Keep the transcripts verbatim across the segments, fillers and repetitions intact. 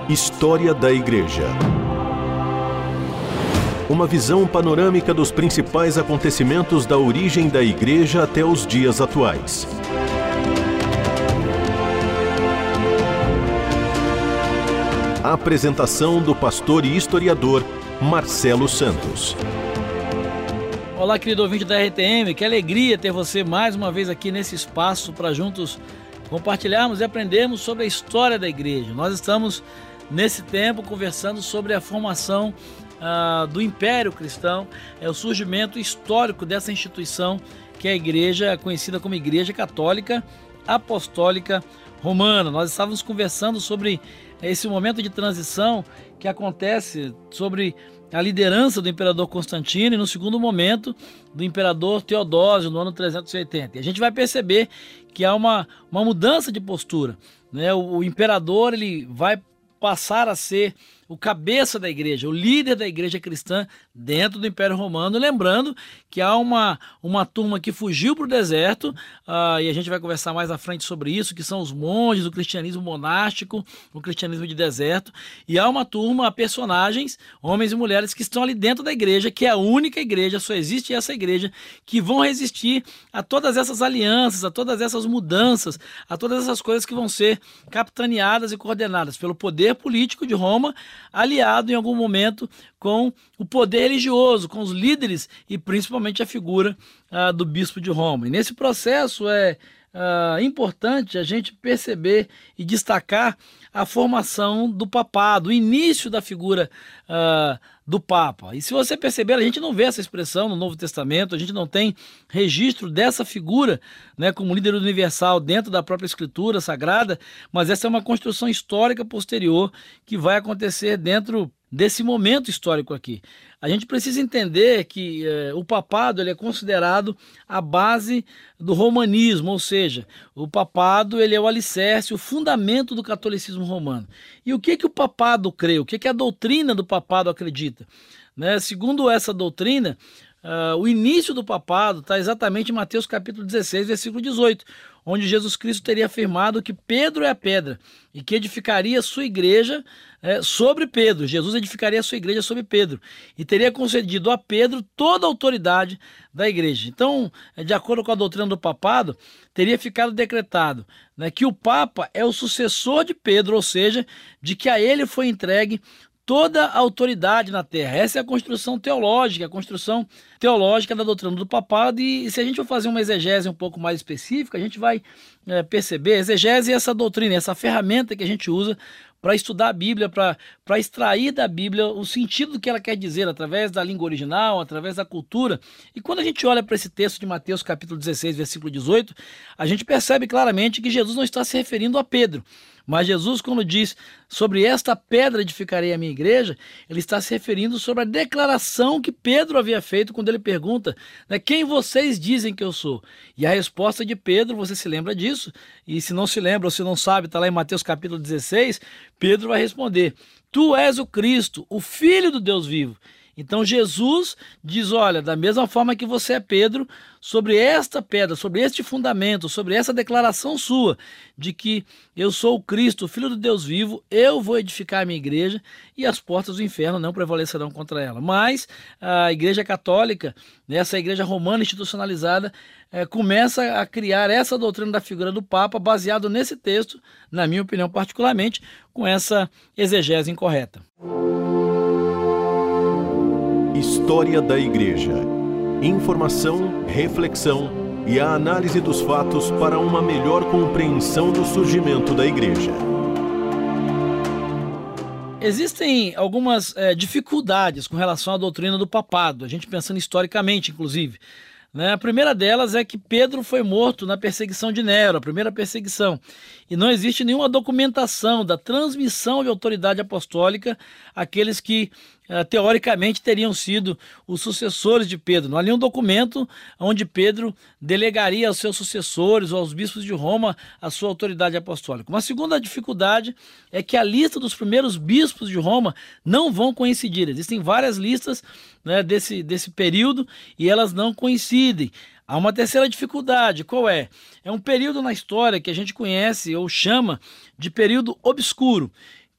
História da Igreja. Uma visão panorâmica dos principais acontecimentos da origem da Igreja até os dias atuais. A apresentação do pastor e historiador Marcelo Santos. Olá, querido ouvinte da R T M, que alegria ter você mais uma vez aqui nesse espaço para juntos compartilharmos e aprendermos sobre a história da igreja. Nós estamos nesse tempo conversando sobre a formação uh, do Império Cristão, é o surgimento histórico dessa instituição que é a igreja, conhecida como Igreja Católica Apostólica Romana. Nós estávamos conversando sobre esse momento de transição que acontece sobre a liderança do imperador Constantino e no segundo momento do imperador Teodósio no ano trezentos e oitenta. E a gente vai perceber que há uma, uma mudança de postura, né? O, o imperador ele vai passar a ser o cabeça da igreja, o líder da igreja cristã dentro do Império Romano, lembrando que há uma, uma turma que fugiu para o deserto, uh, e a gente vai conversar mais à frente sobre isso, que são os monges, o cristianismo monástico, o cristianismo de deserto, e há uma turma, personagens, homens e mulheres que estão ali dentro da igreja, que é a única igreja, só existe essa igreja, que vão resistir a todas essas alianças, a todas essas mudanças, a todas essas coisas que vão ser capitaneadas e coordenadas pelo poder político de Roma, aliado em algum momento com o poder religioso, com os líderes e principalmente a figura ah, do bispo de Roma. E nesse processo é ah, importante a gente perceber e destacar a formação do papado, o início da figura ah, do Papa. E se você perceber, a gente não vê essa expressão no Novo Testamento, a gente não tem registro dessa figura, né, como líder universal dentro da própria Escritura Sagrada, mas essa é uma construção histórica posterior que vai acontecer dentro desse momento histórico aqui. A gente precisa entender que eh, o papado ele é considerado a base do romanismo, ou seja, o papado ele é o alicerce, o fundamento do catolicismo romano. E o que, que o papado crê? O que, que a doutrina do papado acredita? Né? Segundo essa doutrina, uh, o início do papado está exatamente em Mateus capítulo dezesseis, versículo dezoito, onde Jesus Cristo teria afirmado que Pedro é a pedra e que edificaria sua igreja é, sobre Pedro. Jesus edificaria a sua igreja sobre Pedro e teria concedido a Pedro toda a autoridade da igreja. Então, de acordo com a doutrina do papado, teria ficado decretado, né, que o Papa é o sucessor de Pedro, ou seja, de que a ele foi entregue toda a autoridade na terra. Essa é a construção teológica, a construção teológica da doutrina do papado, e se a gente for fazer uma exegese um pouco mais específica, a gente vai é, perceber, exegese é essa doutrina, essa ferramenta que a gente usa para estudar a Bíblia, para extrair da Bíblia o sentido do que ela quer dizer, através da língua original, através da cultura. E quando a gente olha para esse texto de Mateus capítulo dezesseis, versículo dezoito, a gente percebe claramente que Jesus não está se referindo a Pedro, mas Jesus, quando diz sobre esta pedra edificarei a minha igreja, ele está se referindo sobre a declaração que Pedro havia feito quando ele pergunta, né, quem vocês dizem que eu sou? E a resposta de Pedro, você se lembra disso? E se não se lembra ou se não sabe, está lá em Mateus capítulo dezesseis, Pedro vai responder, tu és o Cristo, o Filho do Deus vivo. Então Jesus diz, olha, da mesma forma que você é Pedro, sobre esta pedra, sobre este fundamento, sobre essa declaração sua, de que eu sou o Cristo, o Filho do Deus vivo, eu vou edificar a minha igreja e as portas do inferno não prevalecerão contra ela. Mas a Igreja Católica, essa igreja romana institucionalizada, é, começa a criar essa doutrina da figura do Papa, baseado nesse texto, na minha opinião particularmente, com essa exegese incorreta. História da Igreja. Informação, reflexão e a análise dos fatos para uma melhor compreensão do surgimento da Igreja. Existem algumas é, dificuldades com relação à doutrina do papado, a gente pensando historicamente, inclusive. Né? A primeira delas é que Pedro foi morto na perseguição de Nero, a primeira perseguição, e não existe nenhuma documentação da transmissão de autoridade apostólica àqueles que uh, teoricamente teriam sido os sucessores de Pedro. Não há nenhum documento onde Pedro delegaria aos seus sucessores ou aos bispos de Roma a sua autoridade apostólica. Uma segunda dificuldade é que a lista dos primeiros bispos de Roma não vão coincidir. Existem várias listas, né, desse, desse período e elas não coincidem. Há uma terceira dificuldade, qual é? É um período na história que a gente conhece ou chama de período obscuro,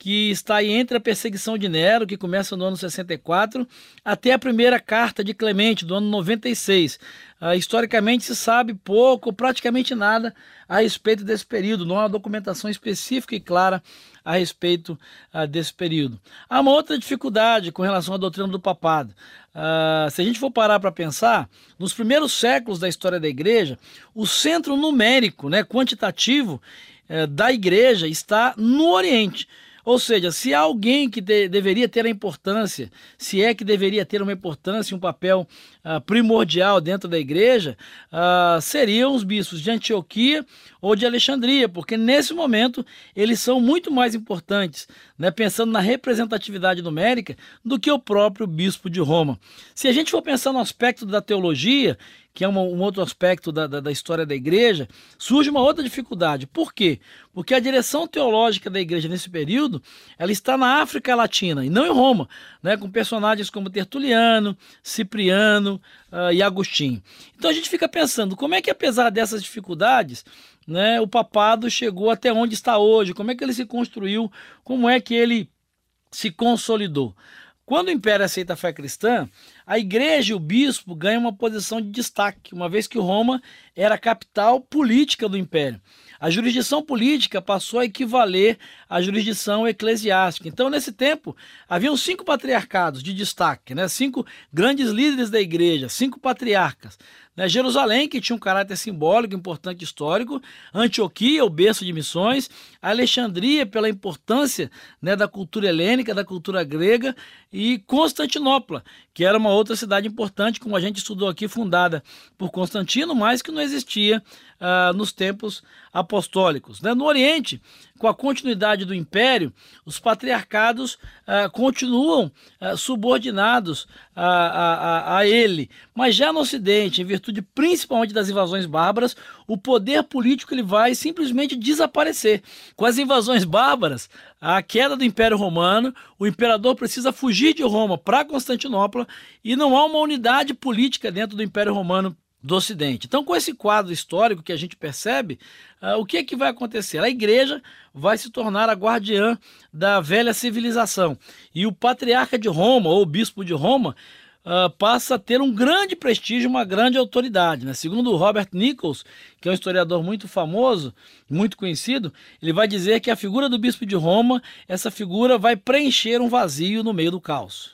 que está aí entre a perseguição de Nero, que começa no ano sessenta e quatro, até a primeira carta de Clemente, do ano noventa e seis. Uh, historicamente se sabe pouco, praticamente nada a respeito desse período, não há uma documentação específica e clara a respeito uh, desse período. Há uma outra dificuldade com relação à doutrina do papado. Uh, se a gente for parar para pensar, nos primeiros séculos da história da igreja, o centro numérico, né, quantitativo uh, da igreja está no Oriente. Ou seja, se há alguém que de, deveria ter a importância, se é que deveria ter uma importância, um papel uh, primordial dentro da igreja, uh, seriam os bispos de Antioquia ou de Alexandria, porque nesse momento eles são muito mais importantes, né, pensando na representatividade numérica, do que o próprio bispo de Roma. Se a gente for pensar no aspecto da teologia, que é um, um outro aspecto da, da, da história da igreja, surge uma outra dificuldade. Por quê? Porque a direção teológica da igreja nesse período, ela está na África Latina e não em Roma, né, com personagens como Tertuliano, Cipriano uh, e Agostinho. Então a gente fica pensando, como é que apesar dessas dificuldades, né, o papado chegou até onde está hoje, como é que ele se construiu, como é que ele se consolidou? Quando o Império aceita a fé cristã, a igreja e o bispo ganham uma posição de destaque, uma vez que Roma era a capital política do Império. A jurisdição política passou a equivaler à jurisdição eclesiástica. Então, nesse tempo, haviam cinco patriarcados de destaque, né? Cinco grandes líderes da igreja, cinco patriarcas. Né? Jerusalém, que tinha um caráter simbólico, importante, histórico. Antioquia, o berço de missões. Alexandria, pela importância, né, da cultura helênica, da cultura grega. E Constantinopla, que era uma outra cidade importante, como a gente estudou aqui, fundada por Constantino, mas que não existia uh, nos tempos apostólicos. Né? No Oriente, com a continuidade do Império, os patriarcados uh, continuam uh, subordinados a, a, a, a ele. Mas já no Ocidente, em virtude principalmente das invasões bárbaras, o poder político ele vai simplesmente desaparecer. Com as invasões bárbaras, a queda do Império Romano, o imperador precisa fugir de Roma para Constantinopla e não há uma unidade política dentro do Império Romano do Ocidente. Então, com esse quadro histórico que a gente percebe, uh, o que é que vai acontecer? A igreja vai se tornar a guardiã da velha civilização e o patriarca de Roma, ou o bispo de Roma, Uh, passa a ter um grande prestígio, uma grande autoridade. Né? Segundo Robert Nichols, que é um historiador muito famoso, muito conhecido, ele vai dizer que a figura do bispo de Roma, essa figura vai preencher um vazio no meio do caos.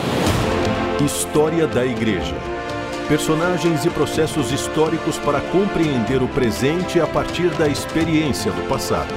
História da Igreja. Personagens e processos históricos para compreender o presente a partir da experiência do passado.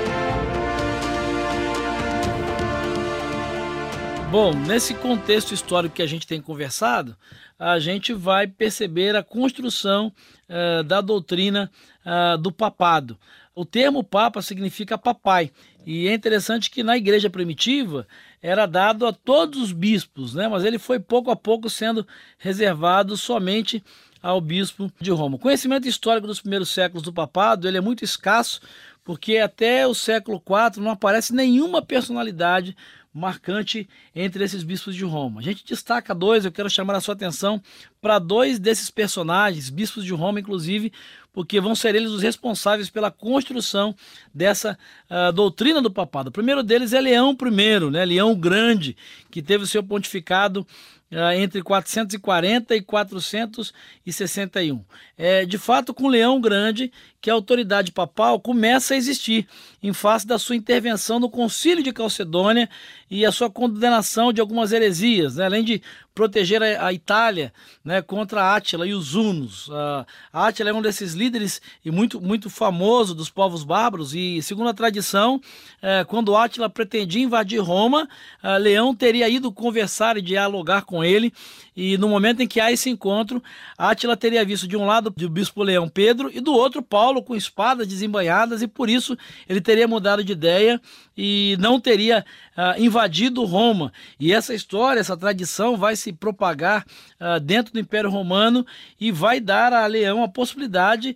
Bom, nesse contexto histórico que a gente tem conversado, a gente vai perceber a construção uh, da doutrina uh, do papado. O termo papa significa papai, e é interessante que na igreja primitiva era dado a todos os bispos, né? Mas ele foi pouco a pouco sendo reservado somente ao bispo de Roma. O conhecimento histórico dos primeiros séculos do papado ele é muito escasso, porque até o século quatro não aparece nenhuma personalidade marcante entre esses bispos de Roma. A gente destaca dois, eu quero chamar a sua atenção para dois desses personagens, bispos de Roma inclusive, porque vão ser eles os responsáveis pela construção dessa uh, doutrina do papado. O primeiro deles é Leão I, né? Leão o Grande, que teve o seu pontificado Uh, entre quatrocentos e quarenta e quatrocentos e sessenta e um. É, de fato, com Leão Grande, que a autoridade papal começa a existir, em face da sua intervenção no Concílio de Calcedônia e a sua condenação de algumas heresias, né? Além de proteger a, a Itália, né, contra Átila e os hunos. Uh, Átila é um desses líderes e muito, muito famoso dos povos bárbaros e, segundo a tradição, uh, quando Átila pretendia invadir Roma, uh, Leão teria ido conversar e dialogar com ele, e no momento em que há esse encontro, Átila teria visto de um lado o bispo Leão Pedro e do outro Paulo com espadas desembainhadas, e por isso ele teria mudado de ideia e não teria uh, invadido Roma. E essa história, essa tradição vai se propagar uh, dentro do Império Romano e vai dar a Leão a possibilidade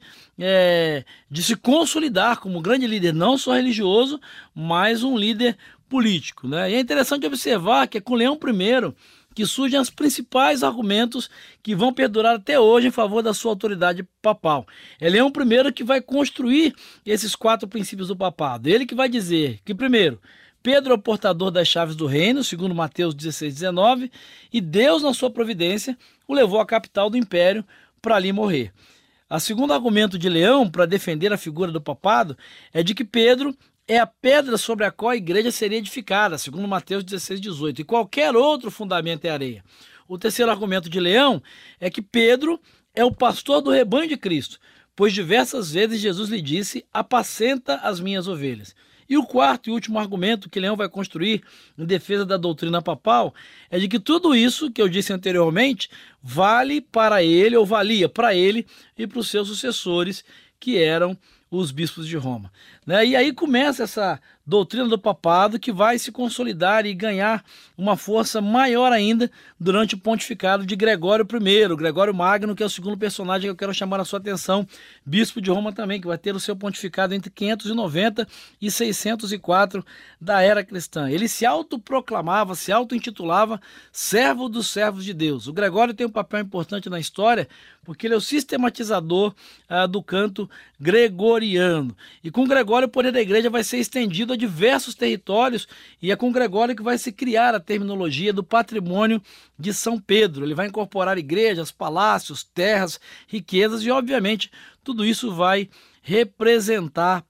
é, de se consolidar como grande líder, não só religioso, mas um líder político, né? E é interessante observar que é com Leão I que surgem os principais argumentos que vão perdurar até hoje em favor da sua autoridade papal. É Leão I que vai construir esses quatro princípios do papado. Ele que vai dizer que, primeiro, Pedro é o portador das chaves do reino, segundo Mateus dezesseis, dezenove, e Deus, na sua providência, o levou à capital do império para ali morrer. O segundo argumento de Leão para defender a figura do papado é de que Pedro é a pedra sobre a qual a igreja seria edificada, segundo Mateus dezesseis, dezoito, e qualquer outro fundamento é areia. O terceiro argumento de Leão é que Pedro é o pastor do rebanho de Cristo, pois diversas vezes Jesus lhe disse: apacenta as minhas ovelhas. E o quarto e último argumento que Leão vai construir em defesa da doutrina papal é de que tudo isso que eu disse anteriormente vale para ele, ou valia para ele e para os seus sucessores, que eram os bispos de Roma. Né? E aí começa essa doutrina do papado que vai se consolidar e ganhar uma força maior ainda durante o pontificado de Gregório I, Gregório Magno, que é o segundo personagem que eu quero chamar a sua atenção, bispo de Roma também, que vai ter o seu pontificado entre quinhentos e noventa e seiscentos e quatro da era cristã. Ele se autoproclamava, se auto-intitulava servo dos servos de Deus. O Gregório tem um papel importante na história porque ele é o sistematizador ah, do canto gregoriano. E com Gregório o poder da igreja vai ser estendido a diversos territórios, e é com Gregório que vai se criar a terminologia do patrimônio de São Pedro. Ele vai incorporar igrejas, palácios, terras, riquezas, e obviamente tudo isso vai representar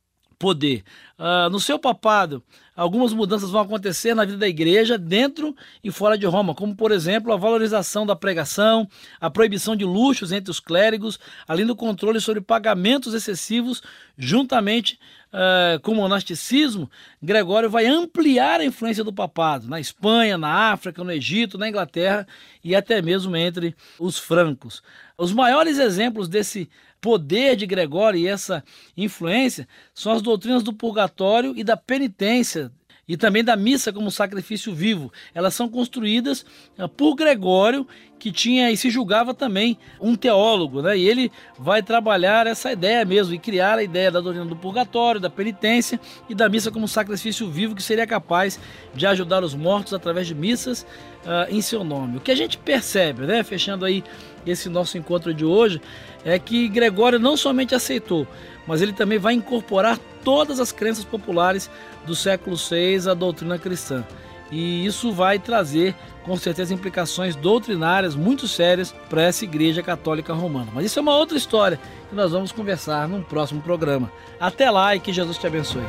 poder. Uh, no seu papado, algumas mudanças vão acontecer na vida da igreja dentro e fora de Roma, como por exemplo a valorização da pregação, a proibição de luxos entre os clérigos, além do controle sobre pagamentos excessivos. Juntamente uh, com o monasticismo, Gregório vai ampliar a influência do papado na Espanha, na África, no Egito, na Inglaterra e até mesmo entre os francos. Os maiores exemplos desse poder de Gregório e essa influência são as doutrinas do purgatório e da penitência, e também da missa como sacrifício vivo. Elas são construídas uh, por Gregório, que tinha e se julgava também um teólogo, né? E ele vai trabalhar essa ideia mesmo e criar a ideia da doutrina do purgatório, da penitência e da missa como sacrifício vivo, que seria capaz de ajudar os mortos através de missas uh, em seu nome. O que a gente percebe, né, fechando aí esse nosso encontro de hoje, é que Gregório não somente aceitou, mas ele também vai incorporar todas as crenças populares do século seis à doutrina cristã. E isso vai trazer, com certeza, implicações doutrinárias muito sérias para essa Igreja Católica Romana. Mas isso é uma outra história que nós vamos conversar num próximo programa. Até lá e que Jesus te abençoe.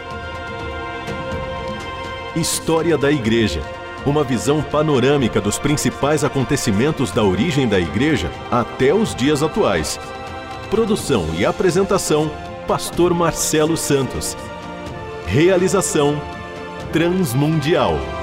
História da Igreja. Uma visão panorâmica dos principais acontecimentos da origem da Igreja até os dias atuais. Produção e apresentação, Pastor Marcelo Santos. Realização Transmundial.